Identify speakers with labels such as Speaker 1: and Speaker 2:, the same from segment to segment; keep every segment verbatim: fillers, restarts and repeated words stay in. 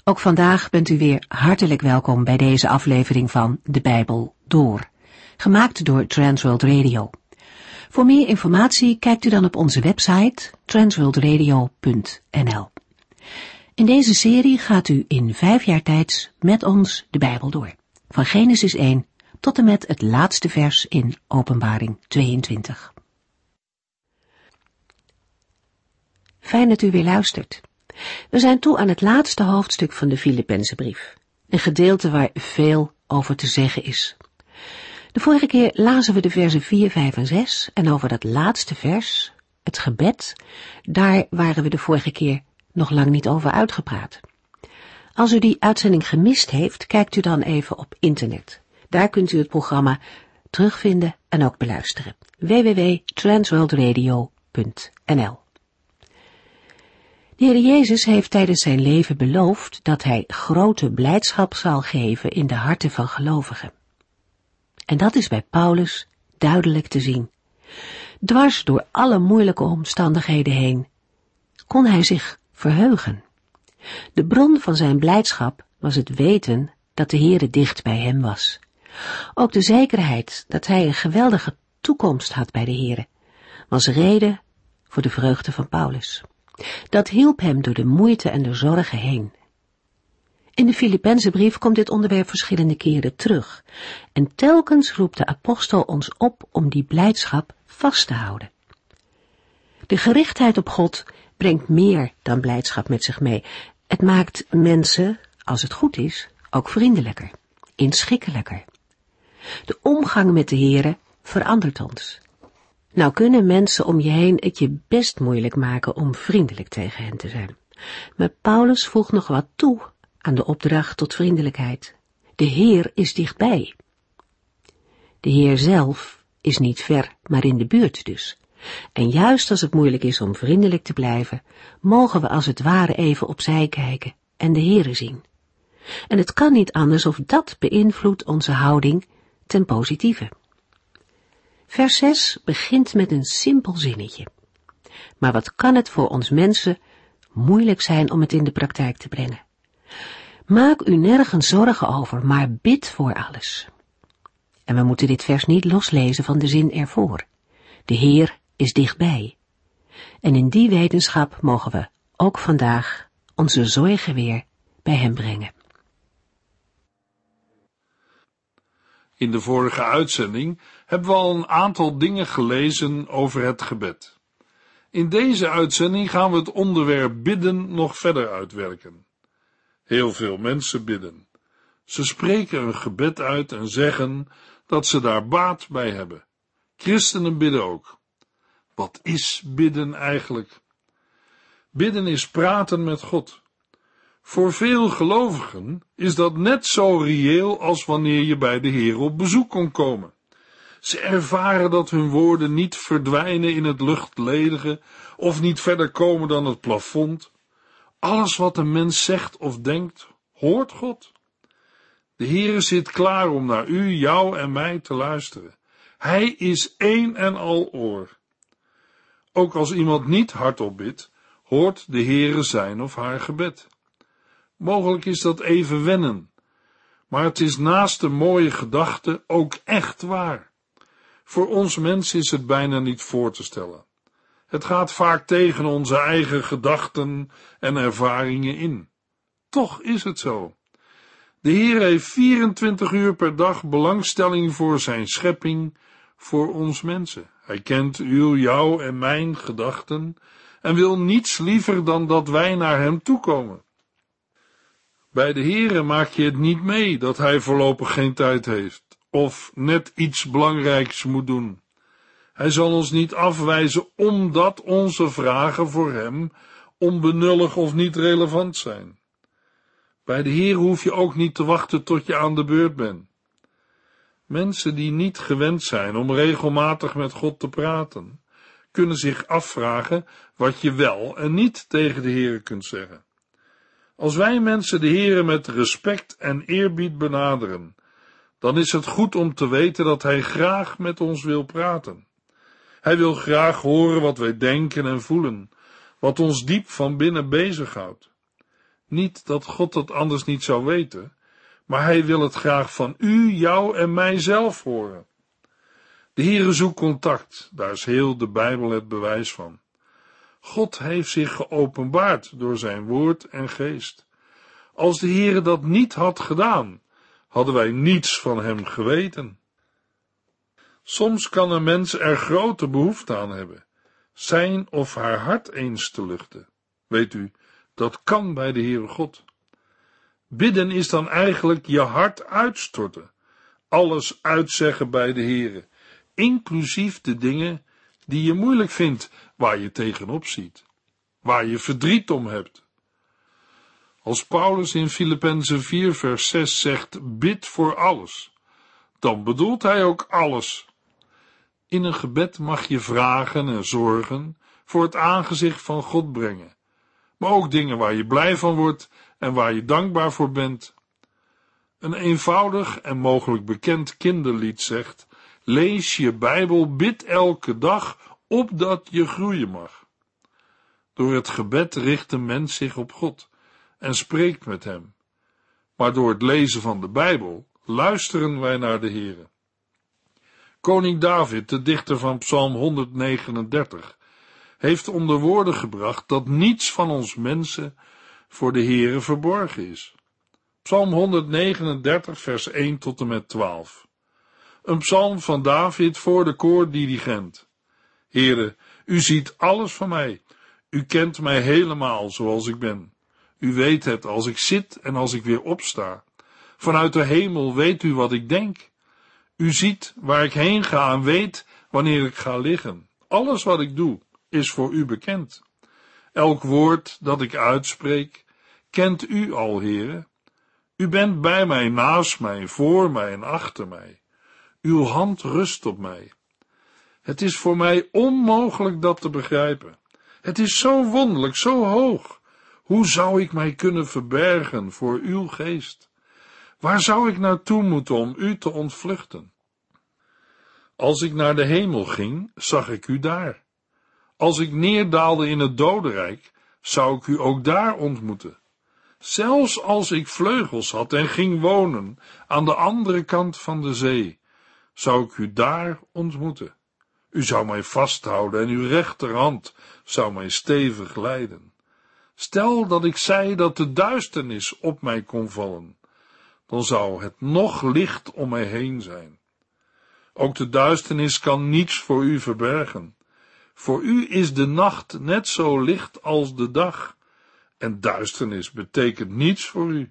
Speaker 1: Ook vandaag bent u weer hartelijk welkom bij deze aflevering van De Bijbel Door, gemaakt door Transworld Radio. Voor meer informatie kijkt u dan op onze website transworld radio punt n l. In deze serie gaat u in vijf jaar tijd met ons de Bijbel door, van Genesis één tot en met het laatste vers in Openbaring tweeëntwintig. Fijn dat u weer luistert. We zijn toe aan het laatste hoofdstuk van de Filippenzenbrief, een gedeelte waar veel over te zeggen is. De vorige keer lazen we de versen vier, vijf en zes en over dat laatste vers, het gebed, daar waren we de vorige keer nog lang niet over uitgepraat. Als u die uitzending gemist heeft, kijkt u dan even op internet. Daar kunt u het programma terugvinden en ook beluisteren. w w w punt transworld radio punt n l. De Heer Jezus heeft tijdens zijn leven beloofd dat hij grote blijdschap zal geven in de harten van gelovigen. En dat is bij Paulus duidelijk te zien. Dwars door alle moeilijke omstandigheden heen kon hij zich verheugen. De bron van zijn blijdschap was het weten dat de Heere dicht bij hem was. Ook de zekerheid dat hij een geweldige toekomst had bij de Heere was reden voor de vreugde van Paulus. Dat hielp hem door de moeite en de zorgen heen. In de Filippenzenbrief komt dit onderwerp verschillende keren terug. En telkens roept de apostel ons op om die blijdschap vast te houden. De gerichtheid op God brengt meer dan blijdschap met zich mee. Het maakt mensen, als het goed is, ook vriendelijker, inschikkelijker. De omgang met de Heere verandert ons. Nou kunnen mensen om je heen het je best moeilijk maken om vriendelijk tegen hen te zijn. Maar Paulus voegt nog wat toe aan de opdracht tot vriendelijkheid. De Heer is dichtbij. De Heer zelf is niet ver, maar in de buurt dus. En juist als het moeilijk is om vriendelijk te blijven, mogen we als het ware even opzij kijken en de Heere zien. En het kan niet anders of dat beïnvloedt onze houding ten positieve. Vers zes begint met een simpel zinnetje. Maar wat kan het voor ons mensen moeilijk zijn om het in de praktijk te brengen? Maak u nergens zorgen over, maar bid voor alles. En we moeten dit vers niet loslezen van de zin ervoor. De Heer is dichtbij. En in die wetenschap mogen we ook vandaag onze zorgen weer bij hem brengen.
Speaker 2: In de vorige uitzending hebben we al een aantal dingen gelezen over het gebed. In deze uitzending gaan we het onderwerp bidden nog verder uitwerken. Heel veel mensen bidden. Ze spreken een gebed uit en zeggen dat ze daar baat bij hebben. Christenen bidden ook. Wat is bidden eigenlijk? Bidden is praten met God. Voor veel gelovigen is dat net zo reëel als wanneer je bij de Heer op bezoek kon komen. Ze ervaren dat hun woorden niet verdwijnen in het luchtledige of niet verder komen dan het plafond. Alles wat een mens zegt of denkt, hoort God. De Heere zit klaar om naar u, jou en mij te luisteren. Hij is één en al oor. Ook als iemand niet hardop bidt, hoort de Heere zijn of haar gebed. Mogelijk is dat even wennen, maar het is naast de mooie gedachte ook echt waar. Voor ons mensen is het bijna niet voor te stellen. Het gaat vaak tegen onze eigen gedachten en ervaringen in. Toch is het zo. De Heer heeft vierentwintig uur per dag belangstelling voor zijn schepping, voor ons mensen. Hij kent uw, jouw en mijn gedachten en wil niets liever dan dat wij naar hem toekomen. Bij de Heere maak je het niet mee dat hij voorlopig geen tijd heeft of net iets belangrijks moet doen. Hij zal ons niet afwijzen omdat onze vragen voor hem onbenullig of niet relevant zijn. Bij de Heere hoef je ook niet te wachten tot je aan de beurt bent. Mensen die niet gewend zijn om regelmatig met God te praten, kunnen zich afvragen wat je wel en niet tegen de Heere kunt zeggen. Als wij mensen de Heere met respect en eerbied benaderen, dan is het goed om te weten dat hij graag met ons wil praten. Hij wil graag horen wat wij denken en voelen, wat ons diep van binnen bezighoudt. Niet dat God het anders niet zou weten, maar hij wil het graag van u, jou en mijzelf horen. De Heere zoekt contact, daar is heel de Bijbel het bewijs van. God heeft zich geopenbaard door zijn woord en geest. Als de Heere dat niet had gedaan, hadden wij niets van hem geweten. Soms kan een mens er grote behoefte aan hebben, zijn of haar hart eens te luchten. Weet u, dat kan bij de Heere God. Bidden is dan eigenlijk je hart uitstorten, alles uitzeggen bij de Heere, inclusief de dingen die je moeilijk vindt, waar je tegenop ziet, waar je verdriet om hebt. Als Paulus in Filippenzen vier vers zes zegt, bid voor alles, dan bedoelt hij ook alles. In een gebed mag je vragen en zorgen voor het aangezicht van God brengen, maar ook dingen waar je blij van wordt en waar je dankbaar voor bent. Een eenvoudig en mogelijk bekend kinderlied zegt, lees je Bijbel, bid elke dag, opdat je groeien mag. Door het gebed richt de mens zich op God en spreekt met hem. Maar door het lezen van de Bijbel luisteren wij naar de Heere. Koning David, de dichter van Psalm honderdnegenendertig, heeft onder woorden gebracht dat niets van ons mensen voor de Heere verborgen is. Psalm honderdnegenendertig, vers één tot en met twaalf. Een psalm van David voor de koordirigent. Heere, u ziet alles van mij. U kent mij helemaal zoals ik ben. U weet het als ik zit en als ik weer opsta. Vanuit de hemel weet u wat ik denk. U ziet waar ik heen ga en weet wanneer ik ga liggen. Alles wat ik doe is voor u bekend. Elk woord dat ik uitspreek, kent u al, Heere. U bent bij mij, naast mij, voor mij en achter mij. Uw hand rust op mij. Het is voor mij onmogelijk dat te begrijpen. Het is zo wonderlijk, zo hoog. Hoe zou ik mij kunnen verbergen voor uw geest? Waar zou ik naartoe moeten om u te ontvluchten? Als ik naar de hemel ging, zag ik u daar. Als ik neerdaalde in het dodenrijk, zou ik u ook daar ontmoeten. Zelfs als ik vleugels had en ging wonen aan de andere kant van de zee, zou ik u daar ontmoeten. U zou mij vasthouden en uw rechterhand zou mij stevig leiden. Stel dat ik zei dat de duisternis op mij kon vallen, dan zou het nog licht om mij heen zijn. Ook de duisternis kan niets voor u verbergen. Voor u is de nacht net zo licht als de dag, en duisternis betekent niets voor u.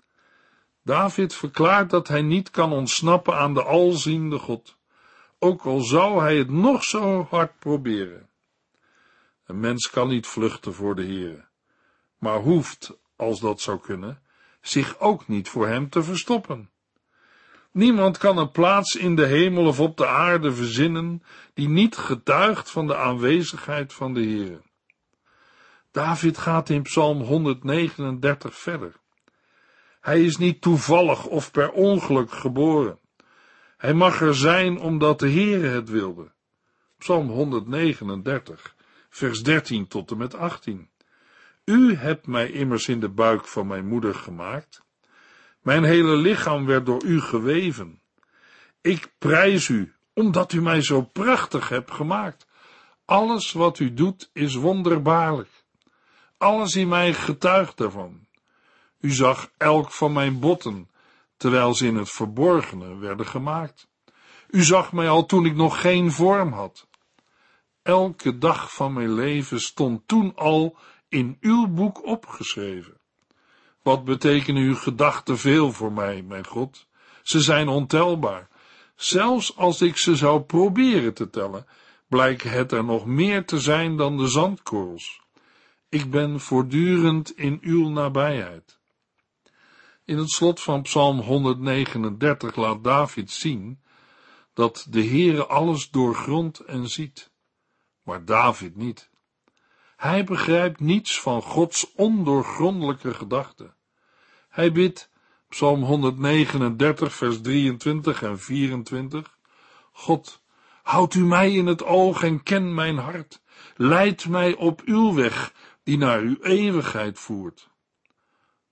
Speaker 2: David verklaart dat hij niet kan ontsnappen aan de alziende God, ook al zou hij het nog zo hard proberen. Een mens kan niet vluchten voor de Heere, maar hoeft, als dat zou kunnen, zich ook niet voor hem te verstoppen. Niemand kan een plaats in de hemel of op de aarde verzinnen die niet getuigt van de aanwezigheid van de Heere. David gaat in Psalm honderdnegenendertig verder. Hij is niet toevallig of per ongeluk geboren. Hij mag er zijn omdat de Heere het wilde. Psalm honderdnegenendertig, vers dertien tot en met achttien. U hebt mij immers in de buik van mijn moeder gemaakt. Mijn hele lichaam werd door u geweven. Ik prijs u, omdat u mij zo prachtig hebt gemaakt. Alles wat u doet is wonderbaarlijk. Alles in mij getuigt daarvan. U zag elk van mijn botten, terwijl ze in het verborgene werden gemaakt. U zag mij al toen ik nog geen vorm had. Elke dag van mijn leven stond toen al in uw boek opgeschreven. Wat betekenen uw gedachten veel voor mij, mijn God? Ze zijn ontelbaar. Zelfs als ik ze zou proberen te tellen, blijkt het er nog meer te zijn dan de zandkorrels. Ik ben voortdurend in uw nabijheid. In het slot van Psalm honderdnegenendertig laat David zien dat de Heere alles doorgrondt en ziet, maar David niet. Hij begrijpt niets van Gods ondoorgrondelijke gedachten. Hij bidt, Psalm honderdnegenendertig, vers drieëntwintig en vierentwintig, God, houd u mij in het oog en ken mijn hart, leid mij op uw weg, die naar uw eeuwigheid voert.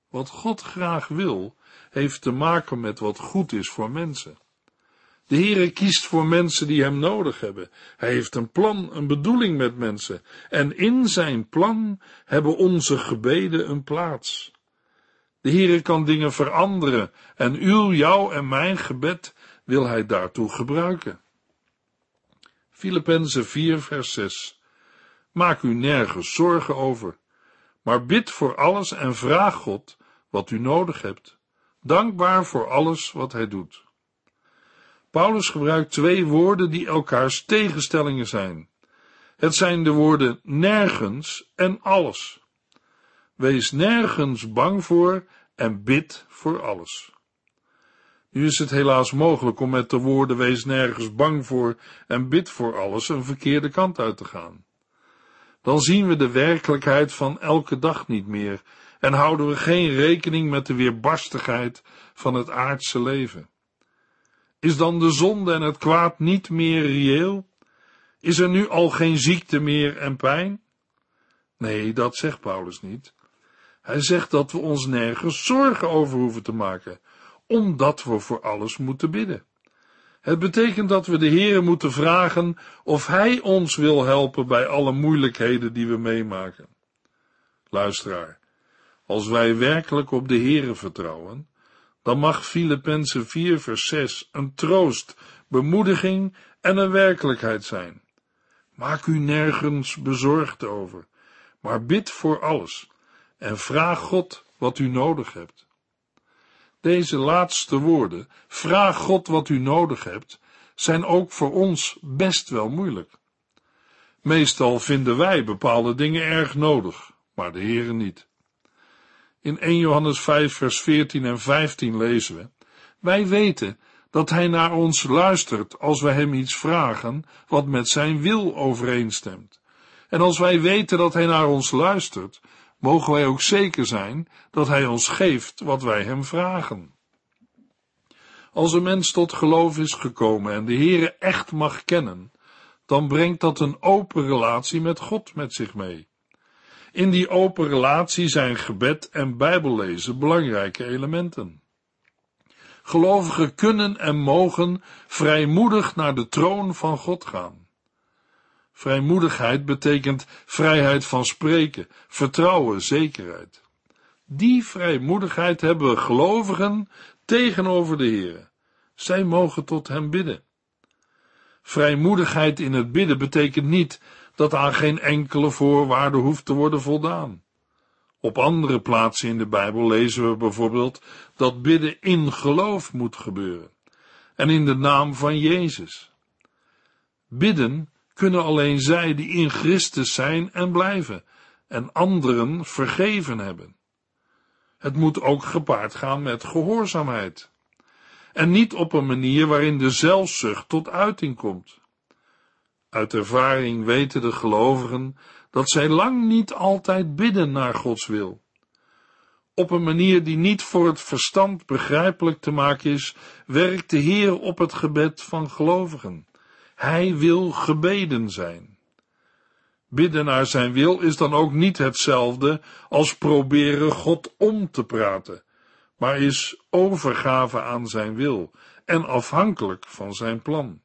Speaker 2: Wat God graag wil, heeft te maken met wat goed is voor mensen. De Heere kiest voor mensen die hem nodig hebben. Hij heeft een plan, een bedoeling met mensen. En in zijn plan hebben onze gebeden een plaats. De Heere kan dingen veranderen en uw, jouw en mijn gebed wil hij daartoe gebruiken. Filippenzen vier vers zes. Maak u nergens zorgen over, maar bid voor alles en vraag God wat u nodig hebt, dankbaar voor alles wat hij doet. Paulus gebruikt twee woorden die elkaars tegenstellingen zijn. Het zijn de woorden nergens en alles. Wees nergens bang voor en bid voor alles. Nu is het helaas mogelijk om met de woorden wees nergens bang voor en bid voor alles een verkeerde kant uit te gaan. Dan zien we de werkelijkheid van elke dag niet meer en houden we geen rekening met de weerbarstigheid van het aardse leven. Is dan de zonde en het kwaad niet meer reëel? Is er nu al geen ziekte meer en pijn? Nee, dat zegt Paulus niet. Hij zegt dat we ons nergens zorgen over hoeven te maken, omdat we voor alles moeten bidden. Het betekent dat we de Heere moeten vragen of Hij ons wil helpen bij alle moeilijkheden die we meemaken. Luisteraar, als wij werkelijk op de Heere vertrouwen, dan mag Filippenzen vier vers zes een troost, bemoediging en een werkelijkheid zijn. Maak u nergens bezorgd over, maar bid voor alles en vraag God wat u nodig hebt. Deze laatste woorden, vraag God wat u nodig hebt, zijn ook voor ons best wel moeilijk. Meestal vinden wij bepaalde dingen erg nodig, maar de Heere niet. In eerste Johannes vijf vers veertien en vijftien lezen we, wij weten dat hij naar ons luistert als wij hem iets vragen wat met zijn wil overeenstemt. En als wij weten dat hij naar ons luistert, mogen wij ook zeker zijn dat hij ons geeft wat wij hem vragen. Als een mens tot geloof is gekomen en de Heere echt mag kennen, dan brengt dat een open relatie met God met zich mee. In die open relatie zijn gebed en bijbellezen belangrijke elementen. Gelovigen kunnen en mogen vrijmoedig naar de troon van God gaan. Vrijmoedigheid betekent vrijheid van spreken, vertrouwen, zekerheid. Die vrijmoedigheid hebben we gelovigen tegenover de Heere. Zij mogen tot hem bidden. Vrijmoedigheid in het bidden betekent niet dat aan geen enkele voorwaarde hoeft te worden voldaan. Op andere plaatsen in de Bijbel lezen we bijvoorbeeld dat bidden in geloof moet gebeuren en in de naam van Jezus. Bidden kunnen alleen zij die in Christus zijn en blijven en anderen vergeven hebben. Het moet ook gepaard gaan met gehoorzaamheid en niet op een manier waarin de zelfzucht tot uiting komt. Uit ervaring weten de gelovigen dat zij lang niet altijd bidden naar Gods wil. Op een manier die niet voor het verstand begrijpelijk te maken is, werkt de Heer op het gebed van gelovigen. Hij wil gebeden zijn. Bidden naar zijn wil is dan ook niet hetzelfde als proberen God om te praten, maar is overgave aan zijn wil en afhankelijk van zijn plan.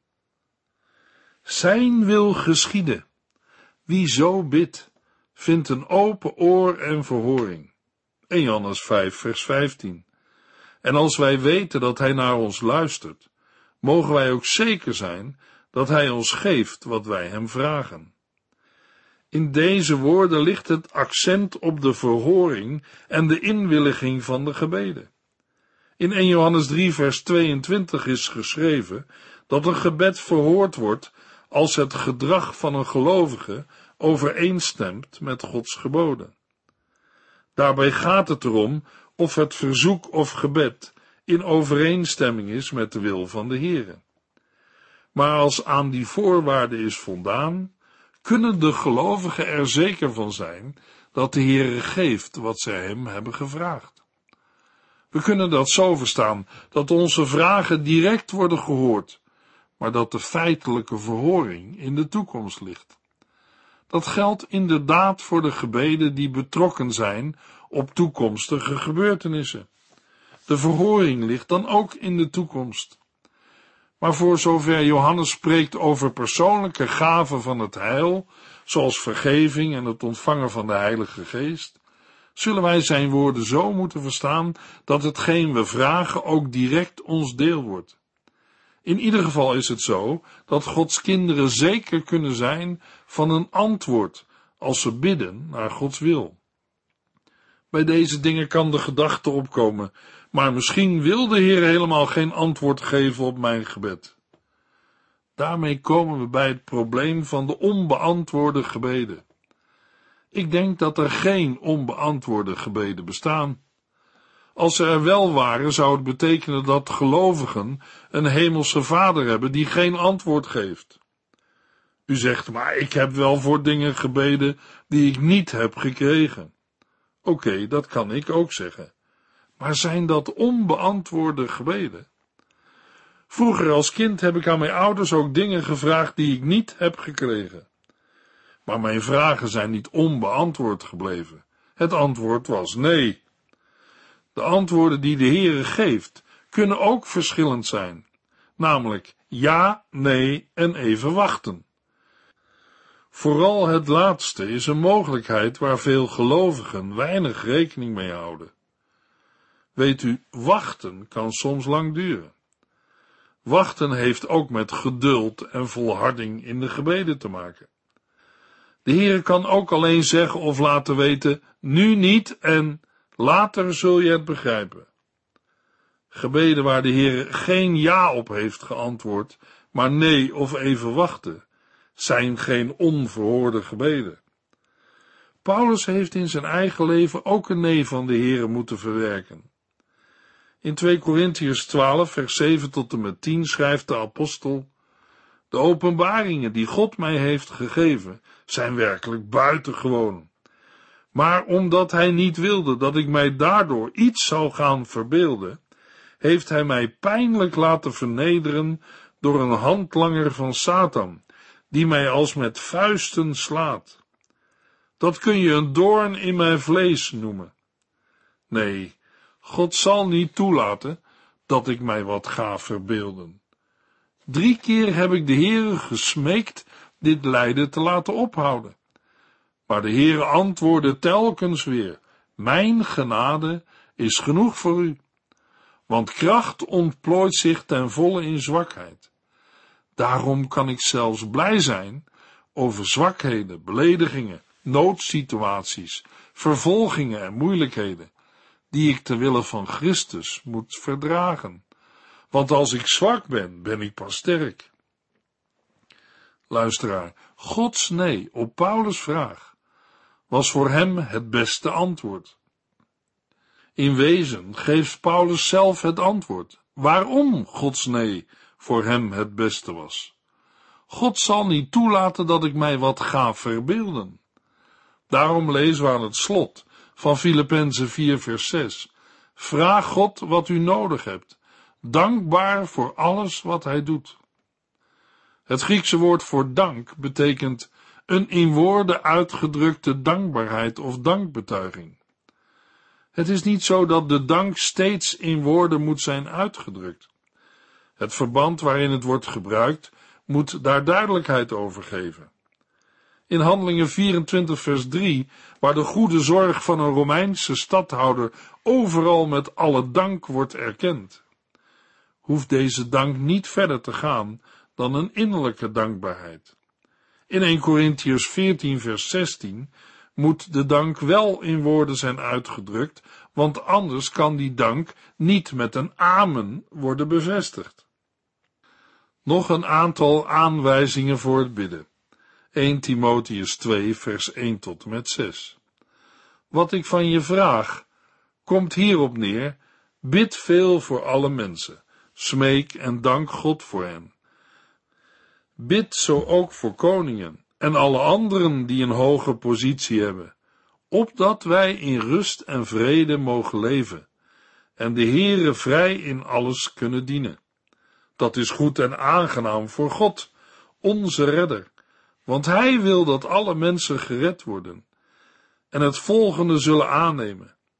Speaker 2: Zijn wil geschieden. Wie zo bidt, vindt een open oor en verhoring. eerste Johannes vijf vers vijftien. En als wij weten dat hij naar ons luistert, mogen wij ook zeker zijn dat hij ons geeft wat wij hem vragen. In deze woorden ligt het accent op de verhoring en de inwilliging van de gebeden. In eerste Johannes drie vers tweeëntwintig is geschreven dat een gebed verhoord wordt als het gedrag van een gelovige overeenstemt met Gods geboden. Daarbij gaat het erom of het verzoek of gebed in overeenstemming is met de wil van de Heere. Maar als aan die voorwaarden is voldaan, kunnen de gelovigen er zeker van zijn dat de Heere geeft wat zij hem hebben gevraagd. We kunnen dat zo verstaan, dat onze vragen direct worden gehoord, maar dat de feitelijke verhoring in de toekomst ligt. Dat geldt inderdaad voor de gebeden die betrokken zijn op toekomstige gebeurtenissen. De verhoring ligt dan ook in de toekomst. Maar voor zover Johannes spreekt over persoonlijke gaven van het heil, zoals vergeving en het ontvangen van de Heilige Geest, zullen wij zijn woorden zo moeten verstaan dat hetgeen we vragen ook direct ons deel wordt. In ieder geval is het zo dat Gods kinderen zeker kunnen zijn van een antwoord als ze bidden naar Gods wil. Bij deze dingen kan de gedachte opkomen, maar misschien wil de Heer helemaal geen antwoord geven op mijn gebed. Daarmee komen we bij het probleem van de onbeantwoorde gebeden. Ik denk dat er geen onbeantwoorde gebeden bestaan. Als ze er wel waren, zou het betekenen dat gelovigen een hemelse Vader hebben die geen antwoord geeft. U zegt, maar ik heb wel voor dingen gebeden die ik niet heb gekregen. Oké, okay, dat kan ik ook zeggen. Maar zijn dat onbeantwoorde gebeden? Vroeger als kind heb ik aan mijn ouders ook dingen gevraagd die ik niet heb gekregen. Maar mijn vragen zijn niet onbeantwoord gebleven. Het antwoord was nee. De antwoorden die de Heere geeft, kunnen ook verschillend zijn. Namelijk ja, nee en even wachten. Vooral het laatste is een mogelijkheid waar veel gelovigen weinig rekening mee houden. Weet u, wachten kan soms lang duren. Wachten heeft ook met geduld en volharding in de gebeden te maken. De Heere kan ook alleen zeggen of laten weten, nu niet en later zul je het begrijpen. Gebeden waar de Heere geen ja op heeft geantwoord, maar nee of even wachten, zijn geen onverhoorde gebeden. Paulus heeft in zijn eigen leven ook een nee van de Heere moeten verwerken. In twee Korintiërs twaalf, vers zeven tot en met tien schrijft de apostel, de openbaringen die God mij heeft gegeven, zijn werkelijk buitengewoon. Maar omdat hij niet wilde dat ik mij daardoor iets zou gaan verbeelden, heeft hij mij pijnlijk laten vernederen door een handlanger van Satan, die mij als met vuisten slaat. Dat kun je een doorn in mijn vlees noemen. Nee, God zal niet toelaten dat ik mij wat ga verbeelden. Drie keer heb ik de Heere gesmeekt dit lijden te laten ophouden. Maar de Heere antwoordde telkens weer, mijn genade is genoeg voor u. Want kracht ontplooit zich ten volle in zwakheid. Daarom kan ik zelfs blij zijn over zwakheden, beledigingen, noodsituaties, vervolgingen en moeilijkheden, die ik ter wille van Christus moet verdragen. Want als ik zwak ben, ben ik pas sterk. Luisteraar, Gods nee op Paulus' vraag was voor hem het beste antwoord. In wezen geeft Paulus zelf het antwoord, waarom Gods nee voor hem het beste was. God zal niet toelaten dat ik mij wat ga verbeelden. Daarom lezen we aan het slot van Filippenzen vier vers zes. Vraag God wat u nodig hebt, dankbaar voor alles wat hij doet. Het Griekse woord voor dank betekent een in woorden uitgedrukte dankbaarheid of dankbetuiging. Het is niet zo dat de dank steeds in woorden moet zijn uitgedrukt. Het verband waarin het wordt gebruikt, moet daar duidelijkheid over geven. In Handelingen vierentwintig vers drie, waar de goede zorg van een Romeinse stadhouder overal met alle dank wordt erkend, hoeft deze dank niet verder te gaan dan een innerlijke dankbaarheid. In eerste Korintiërs veertien vers zestien moet de dank wel in woorden zijn uitgedrukt, want anders kan die dank niet met een amen worden bevestigd. Nog een aantal aanwijzingen voor het bidden. eerste Timotheüs twee vers één tot en met zes. Wat ik van je vraag, komt hierop neer, bid veel voor alle mensen, smeek en dank God voor hen. Bid zo ook voor koningen en alle anderen die een hoge positie hebben, opdat wij in rust en vrede mogen leven en de Heere vrij in alles kunnen dienen. Dat is goed en aangenaam voor God, onze redder, want hij wil dat alle mensen gered worden en het volgende zullen aannemen.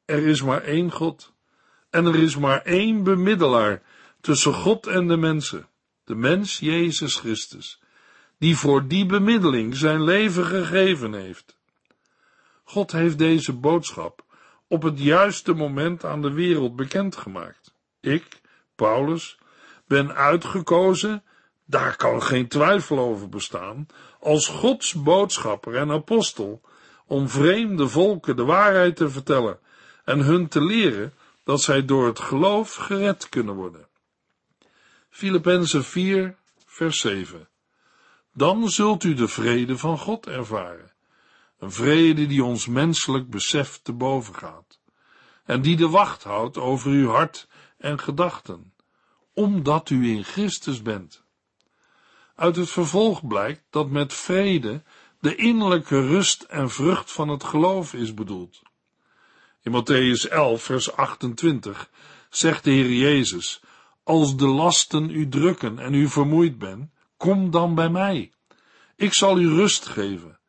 Speaker 2: er is maar één God en er is maar één bemiddelaar tussen God en de mensen, de mens Jezus Christus, die voor die bemiddeling zijn leven gegeven heeft. God heeft deze boodschap op het juiste moment aan de wereld bekendgemaakt. Ik, Paulus, ben uitgekozen, daar kan geen twijfel over bestaan, als Gods boodschapper en apostel, om vreemde volken de waarheid te vertellen en hun te leren dat zij door het geloof gered kunnen worden. Filippenzen vier, vers zeven. Dan zult u de vrede van God ervaren, een vrede die ons menselijk besef te boven gaat, en die de wacht houdt over uw hart en gedachten, omdat u in Christus bent. Uit het vervolg blijkt dat met vrede de innerlijke rust en vrucht van het geloof is bedoeld. In Mattheüs elf, vers achtentwintig zegt de Heer Jezus: als de lasten u drukken en u vermoeid bent, kom dan bij mij. Ik zal u rust geven.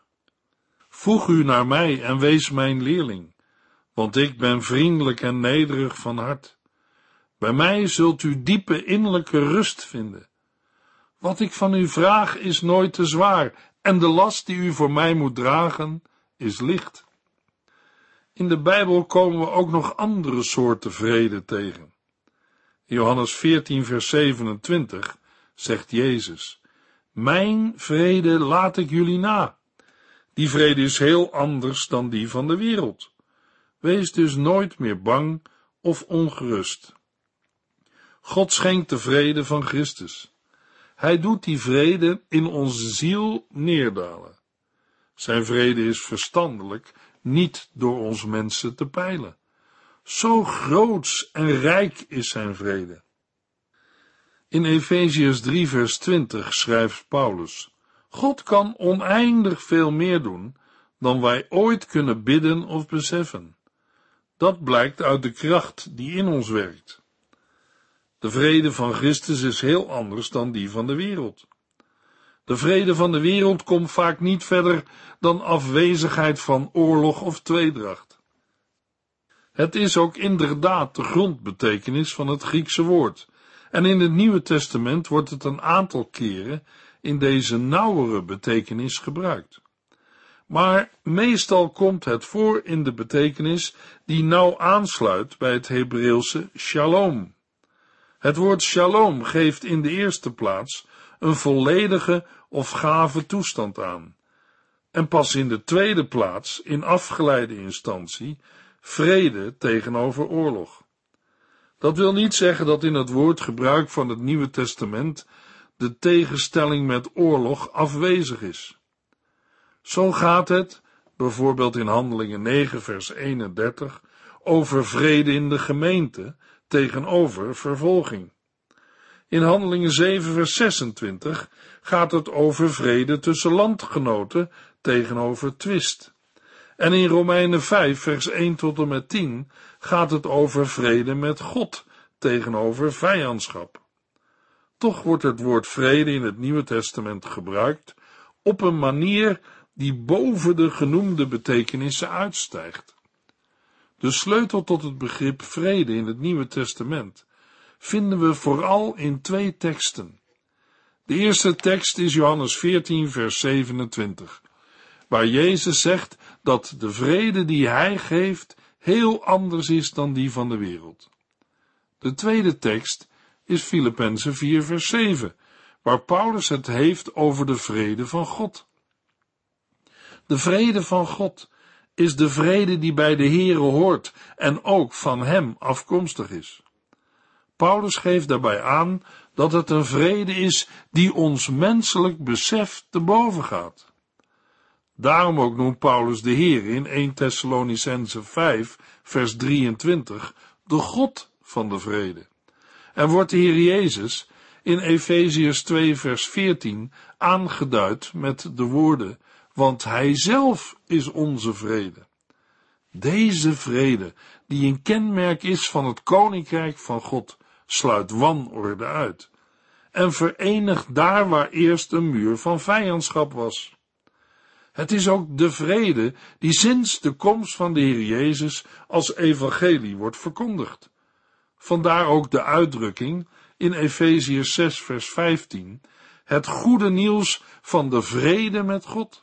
Speaker 2: Voeg u naar mij en wees mijn leerling, want ik ben vriendelijk en nederig van hart. Bij mij zult u diepe innerlijke rust vinden. Wat ik van u vraag is nooit te zwaar, en de last die u voor mij moet dragen is licht. In de Bijbel komen we ook nog andere soorten vrede tegen. In Johannes veertien, vers zevenentwintig zegt Jezus: mijn vrede laat ik jullie na. Die vrede is heel anders dan die van de wereld. Wees dus nooit meer bang of ongerust. God schenkt de vrede van Christus. Hij doet die vrede in onze ziel neerdalen. Zijn vrede is verstandelijk niet door ons mensen te peilen. Zo groots en rijk is zijn vrede. In Efeziërs drie, vers twintig schrijft Paulus: God kan oneindig veel meer doen dan wij ooit kunnen bidden of beseffen. Dat blijkt uit de kracht die in ons werkt. De vrede van Christus is heel anders dan die van de wereld. De vrede van de wereld komt vaak niet verder dan afwezigheid van oorlog of tweedracht. Het is ook inderdaad de grondbetekenis van het Griekse woord, en in het Nieuwe Testament wordt het een aantal keren in deze nauwere betekenis gebruikt. Maar meestal komt het voor in de betekenis die nauw aansluit bij het Hebreeuwse shalom. Het woord shalom geeft in de eerste plaats een volledige of gave toestand aan, en pas in de tweede plaats, in afgeleide instantie, vrede tegenover oorlog. Dat wil niet zeggen dat in het woordgebruik van het Nieuwe Testament de tegenstelling met oorlog afwezig is. Zo gaat het, bijvoorbeeld in Handelingen negen, vers eenendertig, over vrede in de gemeente tegenover vervolging. In Handelingen zeven, vers zesentwintig gaat het over vrede tussen landgenoten tegenover twist. En in Romeinen vijf, vers één tot en met tien gaat het over vrede met God tegenover vijandschap. Toch wordt het woord vrede in het Nieuwe Testament gebruikt op een manier die boven de genoemde betekenissen uitstijgt. De sleutel tot het begrip vrede in het Nieuwe Testament vinden we vooral in twee teksten. De eerste tekst is Johannes veertien, vers zevenentwintig, waar Jezus zegt dat de vrede die hij geeft heel anders is dan die van de wereld. De tweede tekst is Filippenzen vier, vers zeven, waar Paulus het heeft over de vrede van God. De vrede van God is de vrede die bij de Heere hoort en ook van hem afkomstig is. Paulus geeft daarbij aan dat het een vrede is die ons menselijk besef te boven gaat. Daarom ook noemt Paulus de Heere in eerste Thessalonicenzen vijf, vers drieëntwintig, de God van de vrede. En wordt de Heer Jezus in Efeziërs twee, vers veertien aangeduid met de woorden: want hij zelf is onze vrede. Deze vrede, die een kenmerk is van het koninkrijk van God, sluit wanorde uit en verenigt daar waar eerst een muur van vijandschap was. Het is ook de vrede die sinds de komst van de Heer Jezus als evangelie wordt verkondigd. Vandaar ook de uitdrukking in Efeziërs zes vers vijftien, het goede nieuws van de vrede met God.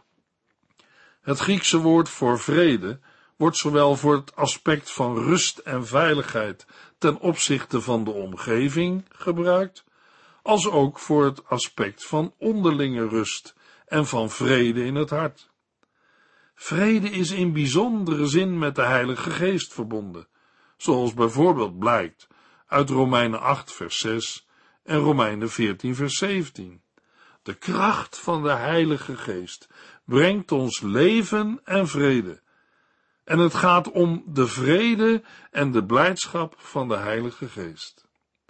Speaker 2: Het Griekse woord voor vrede wordt zowel voor het aspect van rust en veiligheid ten opzichte van de omgeving gebruikt, als ook voor het aspect van onderlinge rust en van vrede in het hart. Vrede is in bijzondere zin met de Heilige Geest verbonden, zoals bijvoorbeeld blijkt uit Romeinen acht vers zes en Romeinen veertien vers zeventien. De kracht van de Heilige Geest brengt ons leven en vrede. En het gaat om de vrede en de blijdschap van de Heilige Geest.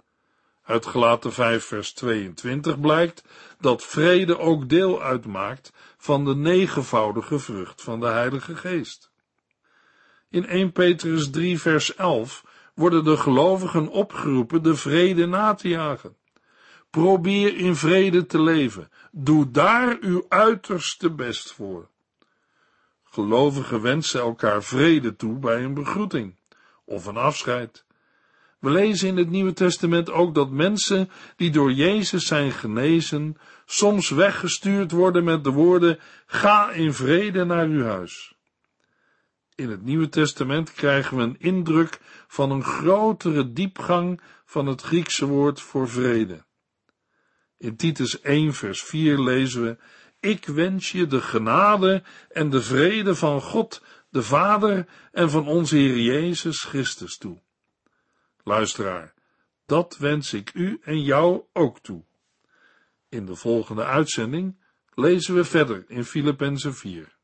Speaker 2: Uit Galaten vijf vers tweeëntwintig blijkt dat vrede ook deel uitmaakt van de negenvoudige vrucht van de Heilige Geest. In eerste Petrus drie vers elf worden de gelovigen opgeroepen de vrede na te jagen. Probeer in vrede te leven. Doe daar uw uiterste best voor. Gelovigen wensen elkaar vrede toe bij een begroeting of een afscheid. We lezen in het Nieuwe Testament ook dat mensen die door Jezus zijn genezen, soms weggestuurd worden met de woorden, ga in vrede naar uw huis. In het Nieuwe Testament krijgen we een indruk van een grotere diepgang van het Griekse woord voor vrede. In Titus één vers vier lezen we, ik wens je de genade en de vrede van God, de Vader en van onze Heer Jezus Christus toe. Luisteraar, dat wens ik u en jou ook toe. In de volgende uitzending lezen we verder in Filippenzen vier.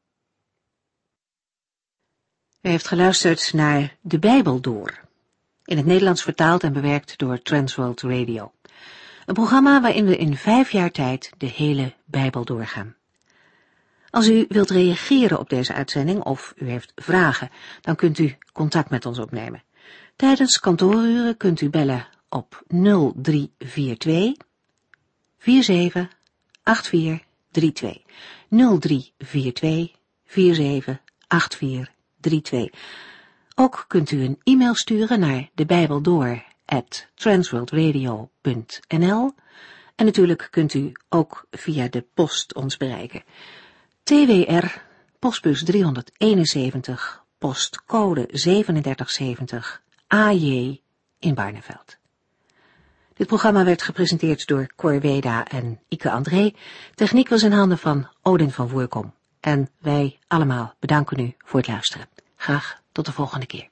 Speaker 1: U heeft geluisterd naar De Bijbel Door, in het Nederlands vertaald en bewerkt door Transworld Radio. Een programma waarin we in vijf jaar tijd de hele Bijbel doorgaan. Als u wilt reageren op deze uitzending of u heeft vragen, dan kunt u contact met ons opnemen. Tijdens kantooruren kunt u bellen op nul drie vier twee vier zeven acht vier drie twee. nul drie vier twee vier zeven acht vier drie twee. Ook kunt u een e-mail sturen naar debijbeldoor at transworldradio punt n l en natuurlijk kunt u ook via de post ons bereiken. T W R, postbus driehonderdeenenzeventig, postcode drieënzeventig zeventig, A J in Barneveld. Dit programma werd gepresenteerd door Cor Weda en Ike André. Techniek was in handen van Odin van Voerkom. En wij allemaal bedanken u voor het luisteren. Graag tot de volgende keer.